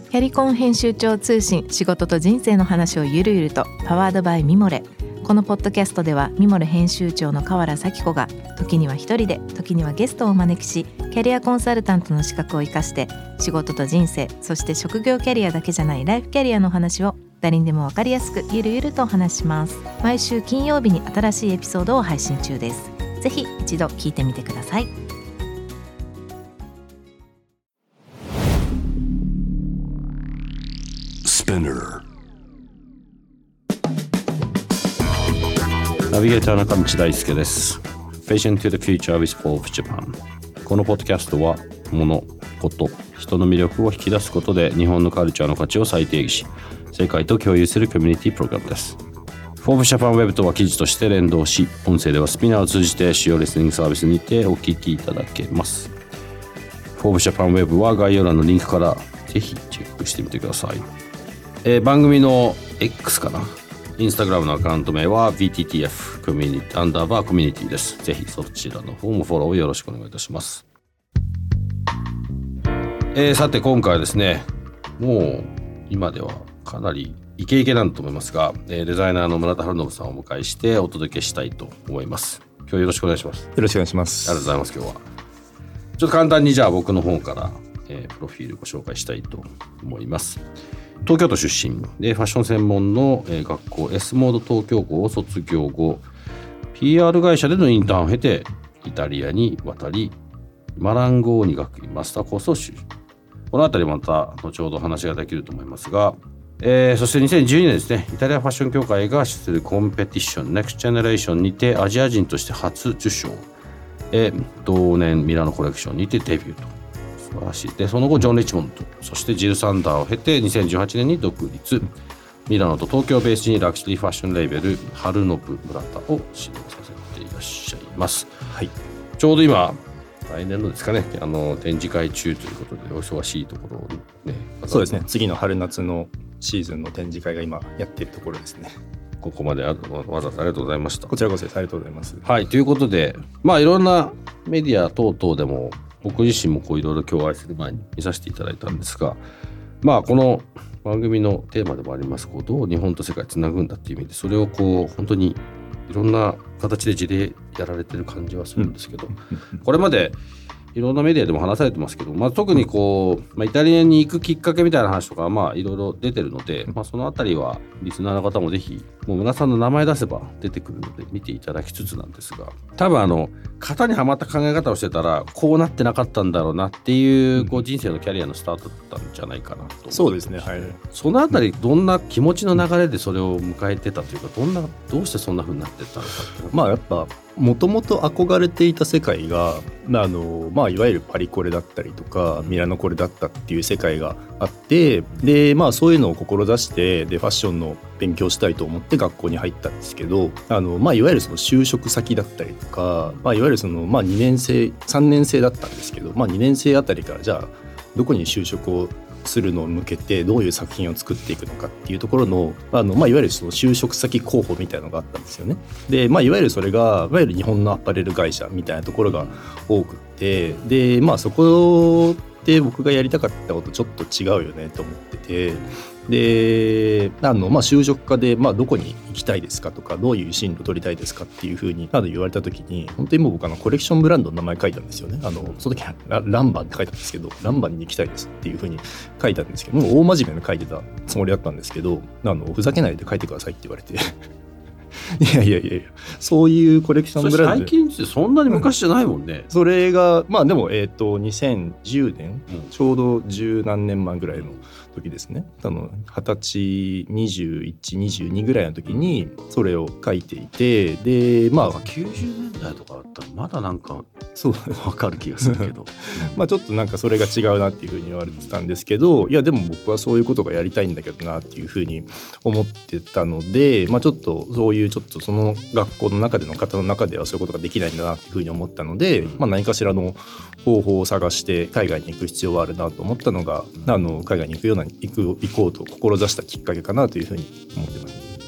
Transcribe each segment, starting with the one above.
キャリコン編集長通信、仕事と人生の話をゆるゆると、パワードバイミモレ。このポッドキャストではミモレ編集長の河原咲子が時には一人で、時にはゲストをお招きし、キャリアコンサルタントの資格を生かして仕事と人生、そして職業キャリアだけじゃないライフキャリアの話を誰にでも分かりやすくゆるゆるとお話します。毎週金曜日に新しいエピソードを配信中です。ぜひ一度聞いてみてください。 ナビゲーター中道大輔です。 Vision to the Future with Forbes Japan。 このポッドキャストは物、こと、人の魅力を引き出すことで日本のカルチャーの価値を再定義し、世界と共有するコミュニティプログラムです。 Forbes Japan Web とは記事として連動し、音声ではスピナーを通じて主要リスニングサービスにてお聞きいただけます。 Forbes Japan Web は概要欄のリンクからぜひチェックしてみてください。番組の X かな、インスタグラムのアカウント名は VTTF コミュニティ_コミュニティです。ぜひそちらの方もフォローよろしくお願いいたします。さて今回はですね、もう今ではかなりイケイケなんと思いますが、デザイナーの村田晴信さんをお迎えしてお届けしたいと思います。今日よろしくお願いします。 よろしくお願いします。 ありがとうございます。今日はちょっと簡単にじゃあ僕の方から、プロフィールご紹介したいと思います。東京都出身でファッション専門の学校 S モード東京校を卒業後、 PR 会社でのインターンを経てイタリアに渡り、マランゴーニ学院マスターコースを修了。このあたりまた後ほど話ができると思いますが、そして2012年ですね、イタリアファッション協会が主催するコンペティション Next Generation にてアジア人として初受賞、同年ミラノコレクションにてデビューと。素晴らしい。でその後ジョン・リッチモンド、そしてジル・サンダーを経て2018年に独立、ミラノと東京をベースにラクシュリーファッションレーベル春信村田を指導させていらっしゃいます。はい、ちょうど今来年のですかね、展示会中ということでお忙しいところをね。 そうですね、次の春夏のシーズンの展示会が今やっているところですね。 ここまでわざわざありがとうございました。 こちらこそです。ありがとうございます。 はい、ということでいろんなメディア等々でも僕自身もいろいろ共愛する前に見させていただいたんですが、この番組のテーマでもありますどう日本と世界つなぐんだっていう意味で、それを本当にいろんな形で事例やられてる感じはするんですけど、これまでいろんなメディアでも話されてますけど、特にイタリアに行くきっかけみたいな話とかいろいろ出てるので、そのあたりはリスナーの方もぜひもう皆さんの名前出せば出てくるので見ていただきつつなんですが、多分型にはまった考え方をしてたらこうなってなかったんだろうなっていう、人生のキャリアのスタートだったんじゃないかなと。 そうですね、はい。 そのあたりどんな気持ちの流れでそれを迎えてたというか、どうしてそんな風になってったのかって。 やっぱもともと憧れていた世界がいわゆるパリコレだったりとかミラノコレだったっていう世界があって、でそういうのを志してでファッションの勉強したいと思って学校に入ったんですけど、いわゆるその就職先だったりとか、いわゆるその2年生3年生だったんですけど、2年生あたりからじゃあどこに就職をするのを向けてどういう作品を作っていくのかっていうところのいわゆるその就職先候補みたいなのがあったんですよね。でいわゆるそれがいわゆる日本のアパレル会社みたいなところが多くて、でそこで僕がやりたかったことちょっと違うよねと思ってて、で就職課でどこに行きたいですかとか、どういう進路取りたいですかっていうふうに言われた時に、本当にもう僕コレクションブランドの名前書いたんですよね。その時はランバンって書いたんですけど、ランバンに行きたいですっていうふうに書いたんですけど、もう大真面目に書いてたつもりだったんですけど、ふざけないで書いてくださいって言われていやそういうコレクションブランド最近ってそんなに昔じゃないもんね。 それがでも2010年、ちょうど十何年前ぐらいの時ですね。20歳21、22ぐらいの時にそれを書いていて、で 90年代とかだったらまだそう分かる気がするけどちょっとそれが違うなっていうふうに言われてたんですけど、いやでも僕はそういうことがやりたいんだけどなっていうふうに思ってたので、ちょっとそういうちょっとその学校の中での方の中ではそういうことができないんだなっていうふうに思ったので、何かしらの方法を探して海外に行く必要はあるなと思ったのが、海外に行こうと志したきっかけかなというふうに思ってます。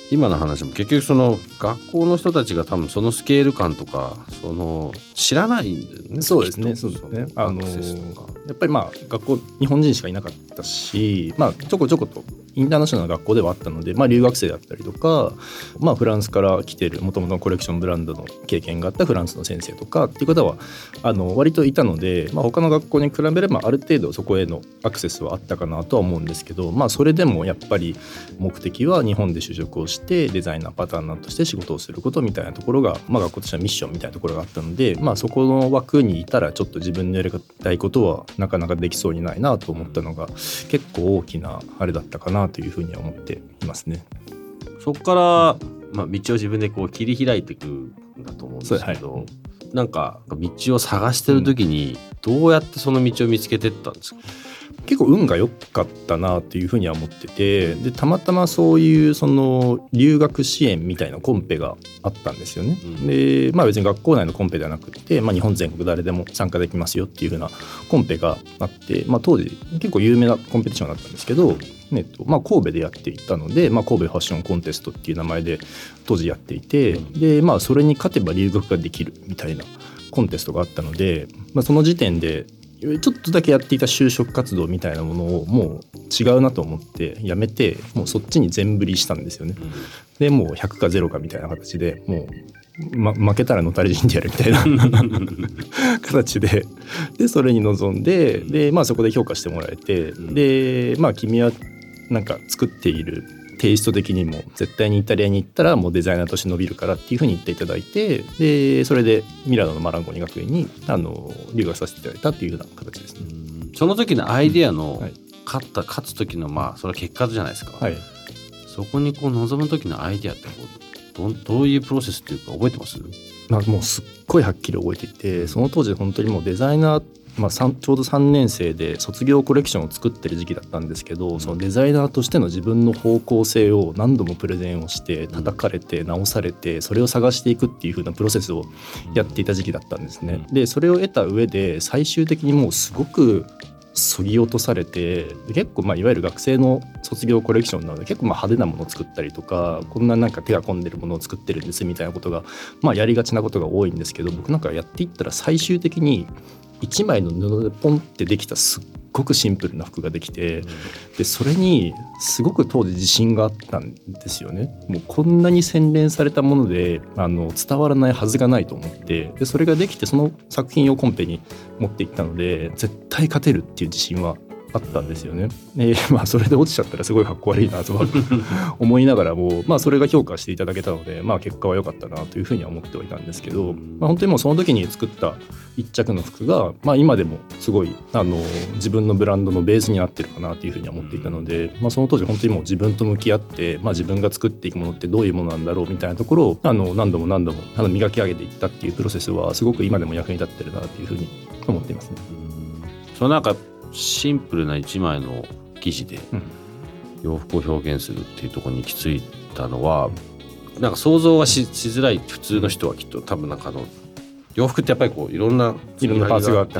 今の話も結局その学校の人たちが多分そのスケール感とかその知らないんだよね。 そうですね、そうですね。やっぱり学校日本人しかいなかったし、ちょこちょことインターナショナルな学校ではあったので、留学生だったりとか、フランスから来てる元々のコレクションブランドの経験があったフランスの先生とかっていう方は割といたので、他の学校に比べればある程度そこへのアクセスはあったかなとは思うんですけど、それでもやっぱり目的は日本で就職をしてデザイナーパターンナーとして仕事をすることみたいなところが、学校としてはミッションみたいなところがあったので、そこの枠にいたらちょっと自分のやりたいことはなかなかできそうにないなと思ったのが結構大きなあれだったかなというふうには思っていますね。 そこから道を自分でこう切り開いていくんだと思うんですけど、なんか道を探してる時にどうやってその道を見つけてったんですか？ 結構運が良かったなっていうふうには思ってて、でたまたまそういうその留学支援みたいなコンペがあったんですよね。で別に学校内のコンペではなくて、日本全国誰でも参加できますよっていうふうなコンペがあって、当時結構有名なコンペティションだったんですけど、神戸でやっていたので、神戸ファッションコンテストっていう名前で当時やっていて、でそれに勝てば留学ができるみたいなコンテストがあったので、その時点でちょっとだけやっていた就職活動みたいなものをもう違うなと思ってやめて、もうそっちに全振りしたんですよね。でもう100か0かみたいな形でもう、負けたらのたれ死んでやるみたいな形でそれに臨んで、そこで評価してもらえて、で君はなんか作っているテイスト的にも絶対にイタリアに行ったらもうデザイナーとして伸びるからっていうふうに言っていただいて、でそれでミラノのマランゴニ学園に留学させていただいたっていうような形ですね。 その時のアイデアの勝つ時のそれは結果じゃないですか、そこにこう臨む時のアイデアってどういうプロセスっていうか覚えてます？ もうすっごいはっきり覚えていて、その当時本当にもうデザイナーちょうど3年生で卒業コレクションを作ってる時期だったんですけど、そのデザイナーとしての自分の方向性を何度もプレゼンをして叩かれて直されて、それを探していくっていう風なプロセスをやっていた時期だったんですね。でそれを得た上で最終的にもうすごくそぎ落とされて、結構いわゆる学生の卒業コレクションなので結構派手なものを作ったりとか、こんななんか手が込んでるものを作ってるんですみたいなことがやりがちなことが多いんですけど、僕なんかやっていったら最終的に1枚の布でポンってできたすっごくシンプルな服ができて、でそれにすごく当時自信があったんですよね。もうこんなに洗練されたもので伝わらないはずがないと思って、でそれができてその作品をコンペに持っていったので絶対勝てるっていう自信はあったんですよね。それで落ちちゃったらすごいかっこ悪いなと思いながらも、それが評価していただけたので、結果は良かったなというふうには思っておいたんですけど、本当にもうその時に作った一着の服が、今でもすごい自分のブランドのベースになってるかなというふうには思っていたので、その当時本当にもう自分と向き合って、自分が作っていくものってどういうものなんだろうみたいなところを何度も磨き上げていったっていうプロセスはすごく今でも役に立ってるなというふうに思っていますね。 そのなんかシンプルな1枚の生地で洋服を表現するっていうところに行き着いたのは、なんか想像はしづらい普通の人はきっと多分なんか洋服ってやっぱりこういろんなパーツがあって、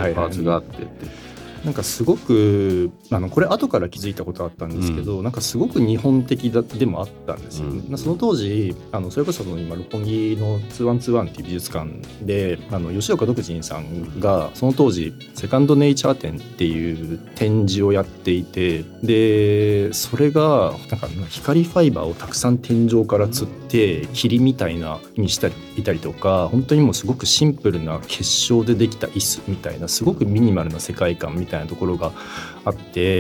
なんかすごくこれ後から気づいたことあったんですけど、なんかすごく日本的でもあったんですよ、その当時それこそ今六本木の2121っていう美術館で吉岡徳仁さんがその当時セカンドネイチャー展っていう展示をやっていて、でそれがなんか光ファイバーをたくさん天井から吊って霧みたいなにしたりいたりとか、本当にもうすごくシンプルな結晶でできた椅子みたいなすごくミニマルな世界観みたいなところがあって、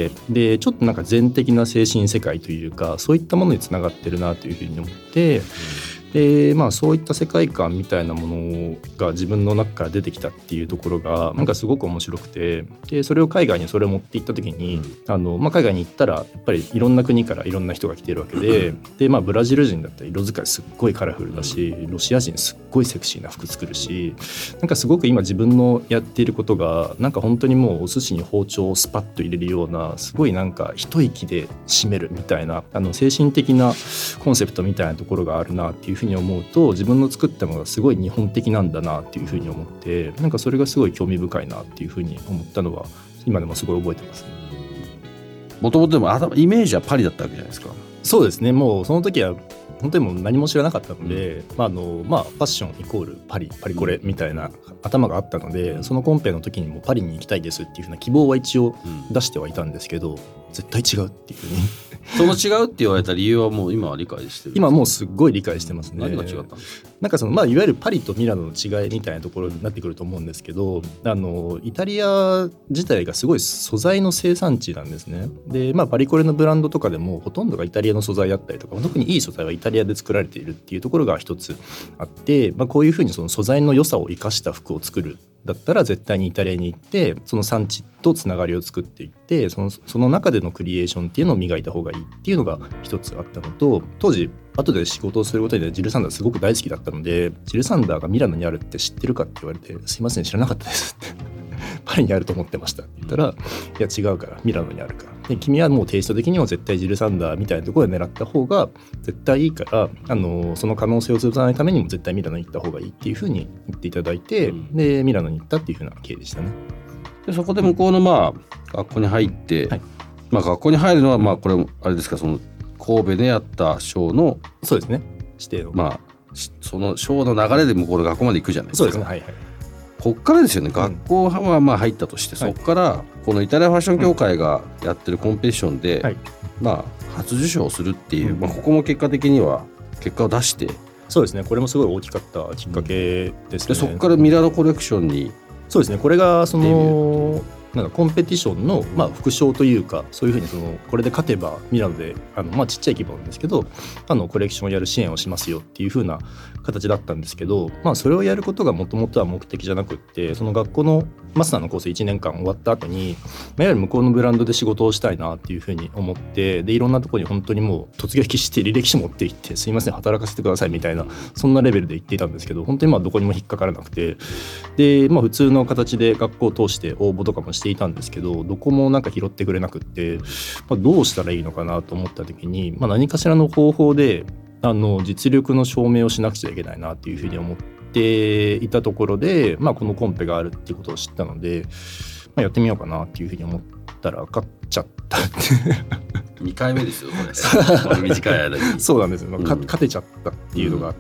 でちょっとなんか全的な精神世界というかそういったものにつながってるなというふうに思って、でそういった世界観みたいなものが自分の中から出てきたっていうところがなんかすごく面白くて、でそれを海外にそれを持って行った時に海外に行ったらやっぱりいろんな国からいろんな人が来てるわけで、ブラジル人だったら色使いすっごいカラフルだし、ロシア人すっごいセクシーな服作るし、なんかすごく今自分のやっていることがなんか本当にもうお寿司に包丁をスパッと入れるようなすごいなんか一息で締めるみたいな精神的なコンセプトみたいなところがあるなっていうふうに思うと、自分の作ったものがすごい日本的なんだなっていうふうに思って、なんかそれがすごい興味深いなっていうふうに思ったのは今でもすごい覚えてますね。 もともとでもイメージはパリだったわけじゃないですか。 そうですね、もうその時は本当にもう何も知らなかったので、ファッションイコールパリコレみたいな頭があったので、そのコンペの時にもパリに行きたいですっていうふうな希望は一応出してはいたんですけど、絶対違うっていうふうにその違うって言われた理由はもう今は理解してる。 今もうすっごい理解してますね。 何が違ったんですか？ なんかそのいわゆるパリとミラノの違いみたいなところになってくると思うんですけど、イタリア自体がすごい素材の生産地なんですね。で、パリコレのブランドとかでもほとんどがイタリアの素材だったりとか、特にいい素材はイタリアで作られているっていうところが一つあって、こういうふうにその素材の良さを生かした服を作るだったら絶対にイタリアに行ってその産地とつながりを作っていってその中でのクリエーションっていうのを磨いた方がいいっていうのが一つあったのと、当時後で仕事をすることでジルサンダーすごく大好きだったので、ジルサンダーがミラノにあるって知ってるかって言われて、すいません知らなかったですってパリにあると思ってましたって言ったら、いや違うからミラノにあるから、で君はもうテイスト的にも絶対ジルサンダーみたいなところで狙った方が絶対いいからその可能性を潰さないためにも絶対ミラノに行った方がいいっていうふうに言っていただいて、でミラノに行ったっていうふうな経緯でしたね。 でそこで向こうの学校に入って、学校に入るのはこれあれですか、その神戸でやったショーのそうですね指定のそのショーの流れで向こうの学校まで行くじゃないですか。 そうですね、はいはい。 こっからですよね。学校は入ったとして、そこからこのイタリアファッション協会がやってるコンペティションで、初受賞するっていう、ここも結果的には結果を出して、 そうですね、これもすごい大きかったきっかけですね。 でそこからミラノコレクションに、 そうですね、これがそのなんかコンペティションの副賞というか、そういうふうにこれで勝てばミラノでちっちゃい規模なんですけどコレクションをやる支援をしますよっていうふうな形だったんですけど、それをやることがもともとは目的じゃなくって、その学校のマスターのコース1年間終わった後にいわゆる向こうのブランドで仕事をしたいなっていうふうに思って、でいろんなところに本当にもう突撃して履歴書持って行って、すいません働かせてくださいみたいな、そんなレベルで言っていたんですけど、本当にどこにも引っかからなくて、で普通の形で学校を通して応募とかもしていたんですけど、どこもなんか拾ってくれなくって、どうしたらいいのかなと思った時に、何かしらの方法で実力の証明をしなくちゃいけないなっていうふうに思っていたところで、このコンペがあるっていうことを知ったので、やってみようかなっていうふうに思ったら勝っちゃった 2回目ですよこれ短い間にそうなんですよ、勝てちゃったっていうのがあって、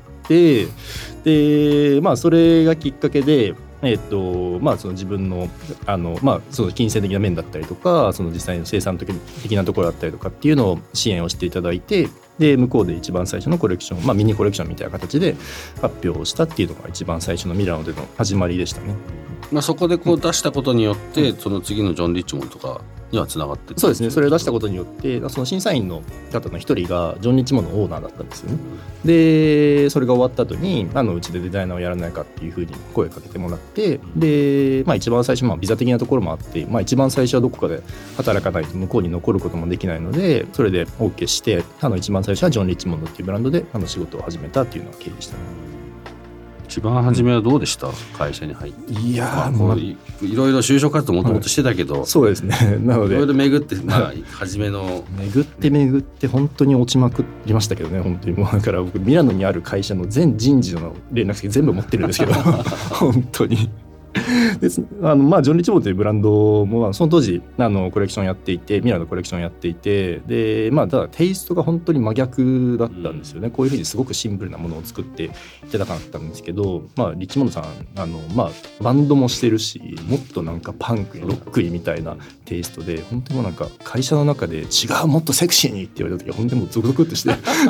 でそれがきっかけでその自分のその金銭的な面だったりとか、その実際の生産的なところだったりとかっていうのを支援をしていただいて、で向こうで一番最初のコレクション、ミニコレクションみたいな形で発表をしたっていうのが一番最初のミラノでの始まりでしたね。 そこで出したことによって、その次のジョン・リッチモンドとかにはつながってる。 そうですね、それを出したことによってその審査員の方の一人がジョン・リッチモンドのオーナーだったんですよね。でそれが終わった後にうちでデザイナーをやらないかっていうふうに声かけてもらって、で、一番最初ビザ的なところもあって、一番最初はどこかで働かないと向こうに残ることもできないので、それで OK して一番最初はジョン・リッチモンドっていうブランドで仕事を始めたっていうのが経緯でしたね。 一番初めはどうでした？会社に入って。 いやいろいろ就職活動もともとしてたけど、 そうですね、なのでいろいろ巡って初めの巡って本当に落ちまくりましたけどね。本当にもうだから僕ミラノにある会社の全人事の連絡先全部持ってるんですけど本当にでジョン・リッチモンドというブランドもその当時コレクションやっていて、ミラノのコレクションやっていて、でただテイストが本当に真逆だったんですよね。こういうふうにすごくシンプルなものを作っていただかったんですけど、リッチモンドさんバンドもしてるし、もっとなんかパンクにロックにみたいなテイストで、本当にもうなんか会社の中で違うもっとセクシーにって言われた時は本当にもうゾクゾクっとして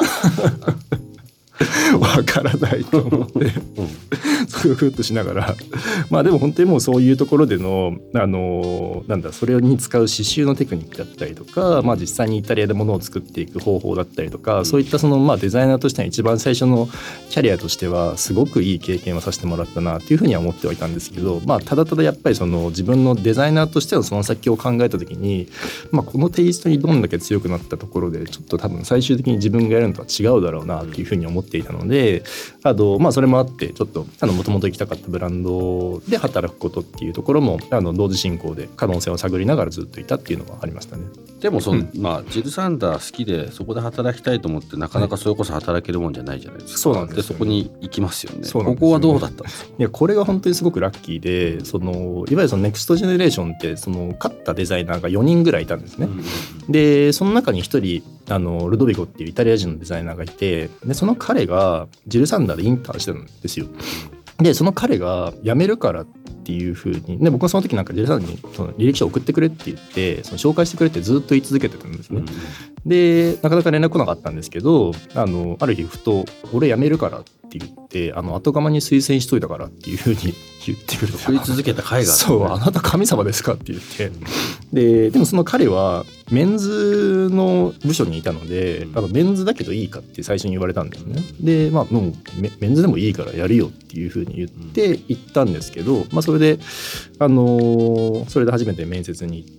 わからないと思ってゾクゾクっとしながらでも本当にもうそういうところでのそれに使う刺繍のテクニックだったりとか、実際にイタリアで物を作っていく方法だったりとか、そういったデザイナーとしては一番最初のキャリアとしてはすごくいい経験をさせてもらったなっていうふうには思ってはいたんですけど、ただただやっぱり自分のデザイナーとしてのその先を考えた時に、このテイストにどんだけ強くなったところでちょっと多分最終的に自分がやるのとは違うだろうなっていうふうに思っていたので、それもあってちょっともともと行きたかったブランドで働くことっていうところも同時進行で可能性を探りながらずっといたっていうのはありましたね。 でもジルサンダー好きでそこで働きたいと思ってなかなかそれこそ働けるもんじゃないじゃないですか。 そうなんですよね。 でそこに行きますよね。ここはどうだったんですか？ いやこれが本当にすごくラッキーで、いわゆるネクストジェネレーションって勝ったデザイナーが4人ぐらいいたんですね。でその中に1人ルドビゴっていうイタリア人のデザイナーがいて、でその彼がジル・サンダーでインターンしてたんですよ。でその彼が辞めるからっていう風に、で僕はその時なんかジル・サンダーにその履歴書を送ってくれって言ってその紹介してくれってずっと言い続けてたんですね。でなかなか連絡来なかったんですけど、ある日ふと俺辞めるからって言って後釜に推薦しといたからっていう風に言ってくると送り続けた甲斐がある、ね、 そうあなた神様ですかって言って、でもその彼はメンズの部署にいたので、メンズだけどいいかって最初に言われたんですね。でもうメンズでもいいからやるよっていう風に言って行ったんですけど、それでそれで初めて面接に行って、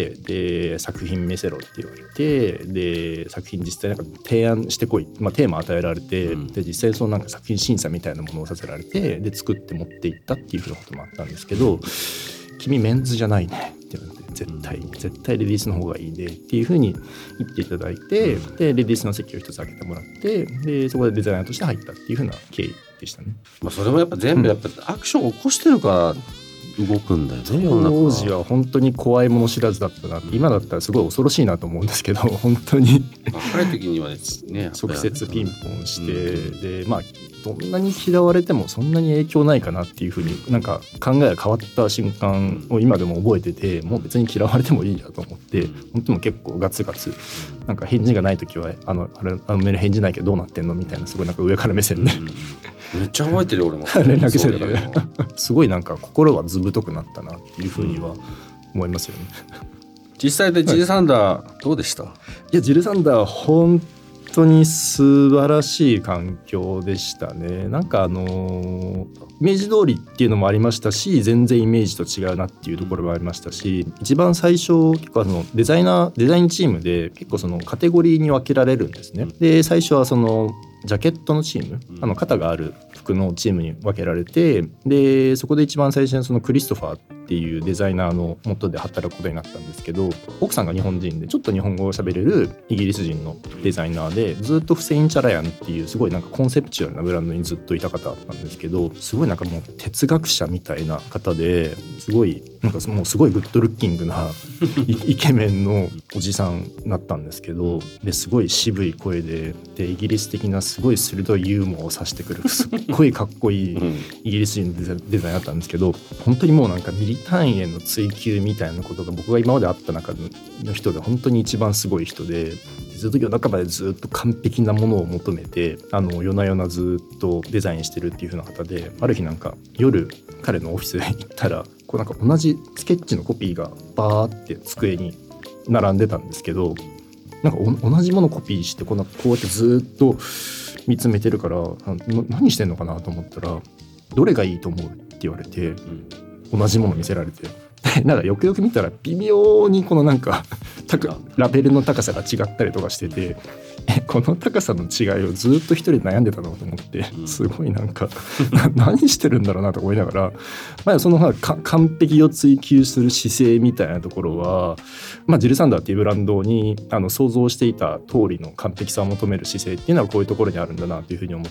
で作品見せろって言われて、で作品実際なんか提案してこい、テーマ与えられて、で実際そのなんか作品審査みたいなものをさせられて、で作って持っていったっていうふうなこともあったんですけど、君メンズじゃないねって言われて、絶対レディースの方がいいでっていうふうに言っていただいて、でレディースの席を一つ開けてもらって、でそこでデザイナーとして入ったっていうふうな経緯でしたね。 それもやっぱ全部やっぱアクションを起こしてるから動くんだよね。 当時は本当に怖いもの知らずだったなって、今だったらすごい恐ろしいなと思うんですけど、本当に若い時にはね直接ピンポンして、でどんなに嫌われてもそんなに影響ないかなっていうふうになんか考えが変わった瞬間を今でも覚えてて、もう別に嫌われてもいいやと思って、本当に結構ガツガツなんか返事がない時はあのメール返事ないけどどうなってんのみたいな、すごいなんか上から目線で、 めっちゃ覚えてるよ俺も連絡してたからすごいなんか心はずぶとくなったなっていうふうには思いますよね。 実際でジル・サンダーどうでした？ いやジル・サンダー本当に素晴らしい環境でしたね。なんかイメージ通りっていうのもありましたし、全然イメージと違うなっていうところもありましたし、一番最初結構デザインチームで結構そのカテゴリーに分けられるんですね。で最初はそのジャケットのチーム、肩がある服のチームに分けられて、でそこで一番最初にそのクリストファーっていうデザイナーの下で働くことになったんですけど、奥さんが日本人でちょっと日本語を喋れるイギリス人のデザイナーで、ずっとフセイン・チャラヤンっていうすごいなんかコンセプチュアルなブランドにずっといた方だったんですけど、すごいなんかもう哲学者みたいな方で、すごいなんかもうすごいグッドルッキングなイケメンのおじさんだったんですけど、ですごい渋い声でイギリス的なすごい鋭いユーモアを指してくるすっごいかっこいいイギリス人のデザインだったんですけど、本当にもうなんかミリ単位への追求みたいなことが僕が今まで会った中の人で本当に一番すごい人で、ずっと夜中までずっと完璧なものを求めて夜な夜なずっとデザインしてるっていう風な方で、ある日なんか夜彼のオフィスへ行ったらこうなんか同じスケッチのコピーがバーって机に並んでたんですけど、なんか同じものコピーしてこうやってずっと見つめてるから、何してんのかなと思ったら、どれがいいと思うって言われて、同じもの見せられて、なんかよくよく見たら微妙にこのなんかラベルの高さが違ったりとかしてて、この高さの違いをずっと一人で悩んでたのと思って、すごいなんか何してるんだろうなと思いながら、その完璧を追求する姿勢みたいなところは、ジル・サンダーっていうブランドに想像していた通りの完璧さを求める姿勢っていうのはこういうところにあるんだなというふうに思って、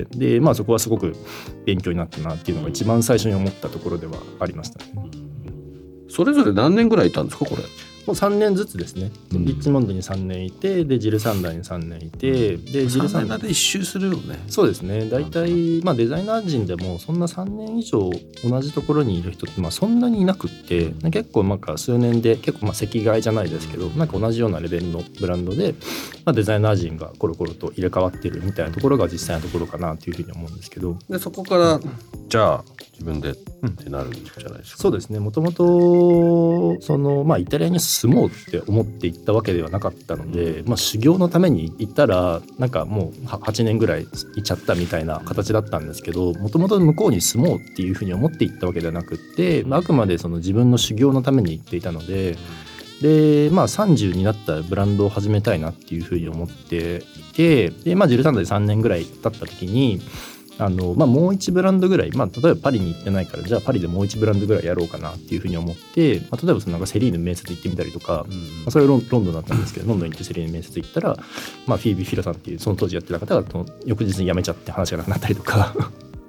でそこはすごく勉強になったなっていうのが一番最初に思ったところではありましたね。 それぞれ何年ぐらいいたんですかこれ？ もう3年ずつですね。リッチモンドに3年いて、でジル・サンダーに3年いて、でジル・サンダーで一周するよね。 そうですね。大体デザイナー陣でもそんな3年以上同じところにいる人ってそんなにいなくって、結構なんか数年で結構席替えじゃないですけど、なんか同じようなレベルのブランドで、デザイナー陣がコロコロと入れ替わってるみたいなところが実際のところかなというふうに思うんですけど、 でそこからじゃあ自分でってなるんじゃないですか？ そうですね。もともとイタリアに住もうって思って行ったわけではなかったので、修行のために行ったらなんかもう8年ぐらいいちゃったみたいな形だったんですけど、もともと向こうに住もうっていうふうに思って行ったわけではなくって、あくまでその自分の修行のために行っていたので、30になったらブランドを始めたいなっていうふうに思っていて、でジル・サンダーで3年ぐらい経った時にもう1ブランドぐらい、例えばパリに行ってないからじゃあパリでもう1ブランドぐらいやろうかなっていうふうに思って、例えばなんかセリーヌ面接行ってみたりとか、それはロンドンだったんですけど、ロンドンに行ってセリーヌ面接行ったら、フィービー・フィロさんっていうその当時やってた方が翌日に辞めちゃって話がなくなったりとか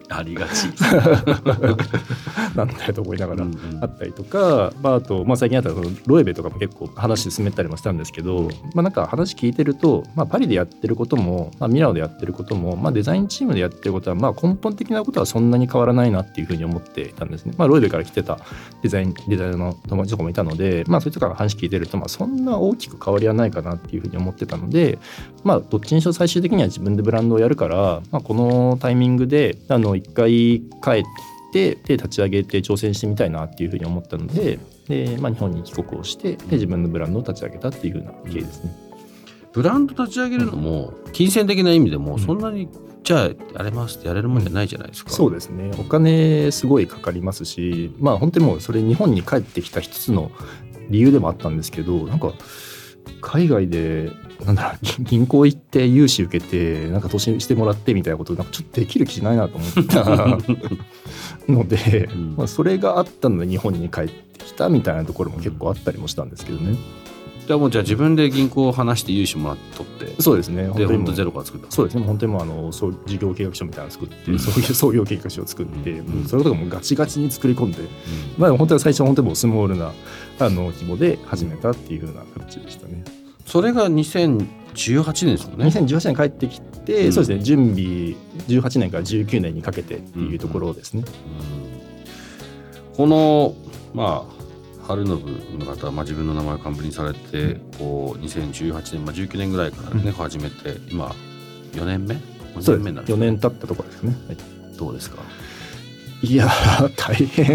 ありがちなんだよと思いながらあったりとか、あと、最近あったロエベとかも結構話進めたりもしたんですけど、なんか話聞いてると、パリでやってることも、ミラノでやってることも、デザインチームでやってることは、根本的なことはそんなに変わらないなっていうふうに思っていたんですね。ロエベから来てたデザイナーの友達とかもいたので、そういう人から話聞いてると、そんな大きく変わりはないかなっていうふうに思ってたので、どっちにしろ最終的には自分でブランドをやるから、このタイミングで一回帰って立ち上げて挑戦してみたいなっていうふうに思ったので、日本に帰国をして自分のブランドを立ち上げたっていうふうな経緯ですね。 ブランド立ち上げるのも金銭的な意味でもそんなにじゃあやれますってやれるもんじゃないじゃないですか。 そうですね、お金すごいかかりますし、本当にもうそれ日本に帰ってきた一つの理由でもあったんですけど、なんか海外で銀行行って融資受けて投資してもらってみたいなことちょっとできる気しないなと思ったので、それがあったので日本に帰ってきたみたいなところも結構あったりもしたんですけどね。 じゃあ自分で銀行を話して融資もらっとって、 そうですね、 で本当ゼロから作った。 そうですね、本当に事業計画書みたいなの作って、創業計画書を作って、それとかもガチガチに作り込んで、本当は最初は本当にもうスモールな規模で始めたっていう風な形でしたね。 それが2018年ですもんね。 2018年帰ってきて、そうですね、準備18年から19年にかけてっていうところですね。 この春信の方は自分の名前を冠にされて、2018年、19年ぐらいからね、始めて今4年目そうです、4年経ったところですね。はい、 どうですか？ いや大変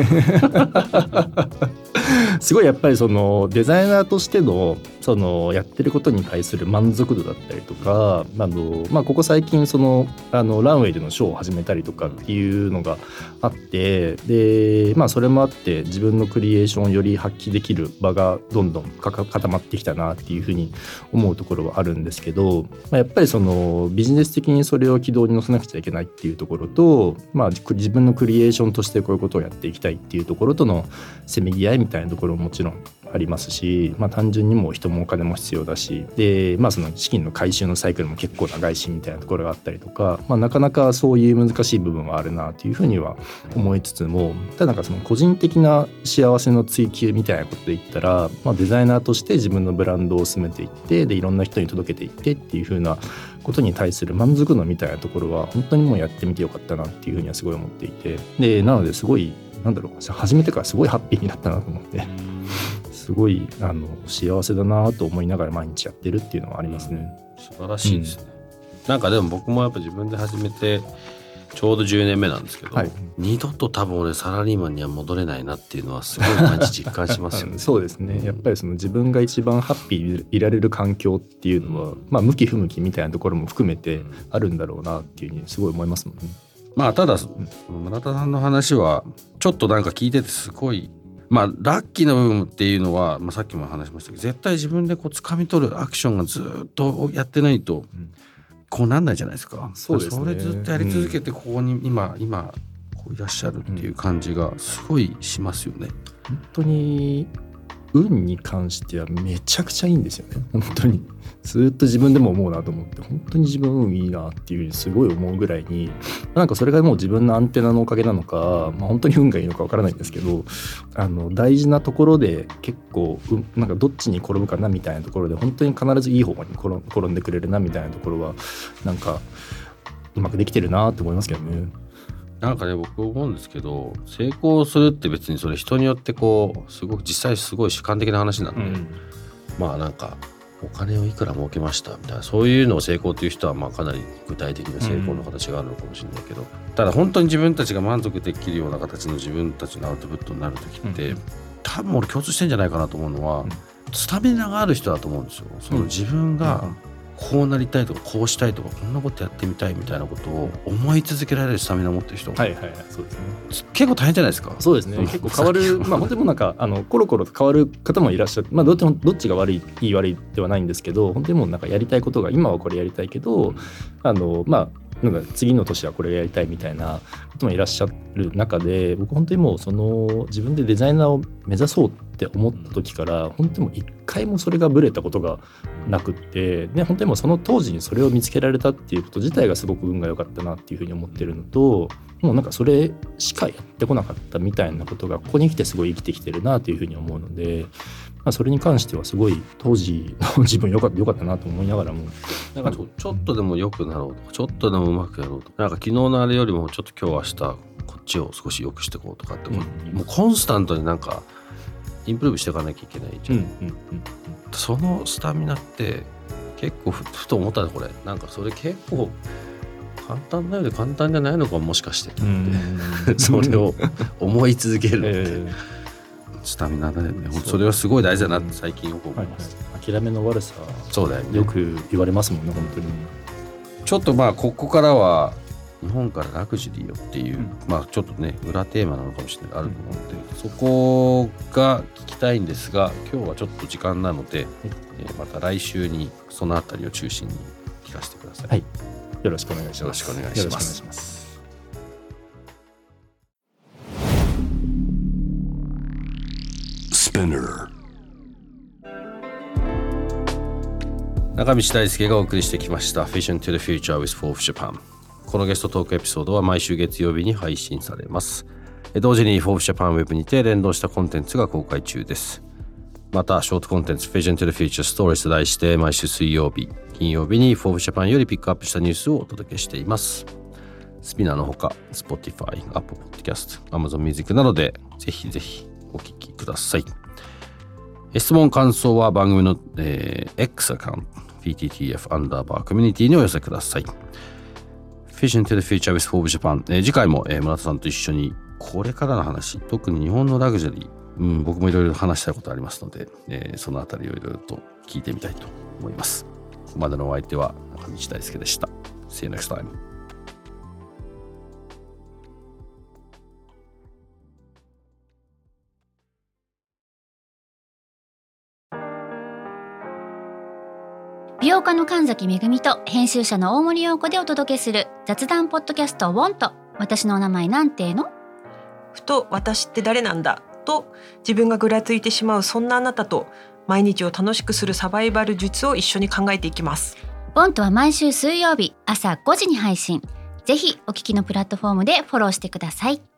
すごいやっぱりそのデザイナーとしてのそのやってることに対する満足度だったりとか、ここ最近そのランウェイでのショーを始めたりとかっていうのがあって、でそれもあって自分のクリエーションをより発揮できる場がどんどん固まってきたなっていうふうに思うところはあるんですけど、やっぱりそのビジネス的にそれを軌道に乗せなくちゃいけないっていうところと、自分のクリエーションとしてこういうことをやっていきたいっていうところとのせめぎ合いみたいなところももちろんありますし、単純にも人もお金も必要だし、で、その資金の回収のサイクルも結構長いしみたいなところがあったりとか、なかなかそういう難しい部分はあるなというふうには思いつつも、ただその個人的な幸せの追求みたいなことで言ったら、デザイナーとして自分のブランドを進めていって、でいろんな人に届けていってっていうふうなことに対する満足度みたいなところは本当にもうやってみてよかったなっていうふうにはすごい思っていて、でなのですごい始めてからすごいハッピーになったなと思って、すごい幸せだなと思いながら毎日やってるっていうのはありますね。 素晴らしいですね。でも僕もやっぱ自分で始めてちょうど10年目なんですけど、二度と多分俺サラリーマンには戻れないなっていうのはすごい毎日実感しますよね。 そうですね、やっぱりその自分が一番ハッピーでいられる環境っていうのは、向き不向きみたいなところも含めてあるんだろうなっていうふうにすごい思いますもんね。 ただ村田さんの話はちょっと聞いててすごいラッキーな部分っていうのは、さっきも話しましたけど、絶対自分で掴み取るアクションがずっとやってないとこうなんないじゃないですか。 そうですね、 それずっとやり続けてここに今こういらっしゃるっていう感じがすごいしますよね。 本当に運に関してはめちゃくちゃいいんですよね。本当にずっと自分でも思うなと思って、本当に自分運いいなっていうふうにすごい思うぐらいに、それがもう自分のアンテナのおかげなのか、本当に運がいいのかわからないんですけど、大事なところで結構どっちに転ぶかなみたいなところで本当に必ずいい方に転んでくれるなみたいなところはうまくできてるなと思いますけどね。 僕思うんですけど、成功するって別にそれ人によってすごく実際すごい主観的な話なんで、お金をいくら儲けましたみたいな、そういうのを成功という人はかなり具体的な成功の形があるのかもしれないけど、ただ本当に自分たちが満足できるような形の自分たちのアウトプットになる時って、多分俺共通してんじゃないかなと思うのは、スタミナがある人だと思うんですよ。その自分がこうなりたいとかこうしたいとかこんなことやってみたいみたいなことを思い続けられるスタミナを持ってる人、 そうですね、 結構大変じゃないですか。 そうですね、結構変わる本当にコロコロ変わる方もいらっしゃって、どっちが悪いいい悪いではないんですけど、本当にもうやりたいことが今はこれやりたいけど、 なんか次の年はこれやりたいみたいな人もいらっしゃる中で、僕本当にもうその自分でデザイナーを目指そうって思った時から本当にもう一回もそれがブレたことがなくって、で本当にもうその当時にそれを見つけられたっていうこと自体がすごく運が良かったなっていうふうに思ってるのと、もうなんかそれしかやってこなかったみたいなことがここに来てすごい生きてきてるなというふうに思うので、それに関してはすごい当時の自分良かったなと思いながらも、 なんかちょっとでも良くなろうとか、ちょっとでもうまくやろうとか、なんか昨日のあれよりもちょっと今日明日こっちを少し良くしていこうとかって、もうコンスタントになんかインプルーブしていかなきゃいけないじゃん。そのスタミナって結構ふと思ったね、これなんかそれ結構簡単なようで簡単じゃないのかもしかしてってそれを思い続けるって、スタミナだよね。それはすごい大事だなって最近よく思います。 諦めの悪さ、 そうだよね、 よく言われますもんね本当に。 ちょっとここからは日本からラグジュアリーよっていう、ちょっとね裏テーマなのかもしれないあると思うので、そこが聞きたいんですが、今日はちょっと時間なので、また来週にそのあたりを中心に聞かせてください。 はい、よろしくお願いします。 よろしくお願いします。中道大輔がお送りしてきました Vision to the Future with Forbes Japan。 このゲストトークエピソードは毎週月曜日に配信されます。同時に Forbes Japan Web にて連動したコンテンツが公開中です。またショートコンテンツ Vision to the Future Stories と題して毎週水曜日金曜日に Forbes Japan よりピックアップしたニュースをお届けしています。スピナーのほか Spotify、Apple Podcast、Amazon Music などでぜひぜひお聞きください。質問感想は番組の、X アカウント PTTF_community にお寄せください。Vision to the Future with Forbes Japan、次回も、村田さんと一緒にこれからの話、特に日本のラグジュアリー、僕もいろいろ話したいことありますので、そのあたりをいろいろと聞いてみたいと思います。ここまでのお相手は中道大輔でした。See you next time。 美容家の神崎めぐみと編集者の大森洋子でお届けする雑談ポッドキャストウォンと私のお名前なんての？ ふと私って誰なんだと自分がぐらついてしまうそんなあなたと毎日を楽しくするサバイバル術を一緒に考えていきます。 ウォンとは毎週水曜日朝5時に配信。ぜひお聞きのプラットフォームでフォローしてください。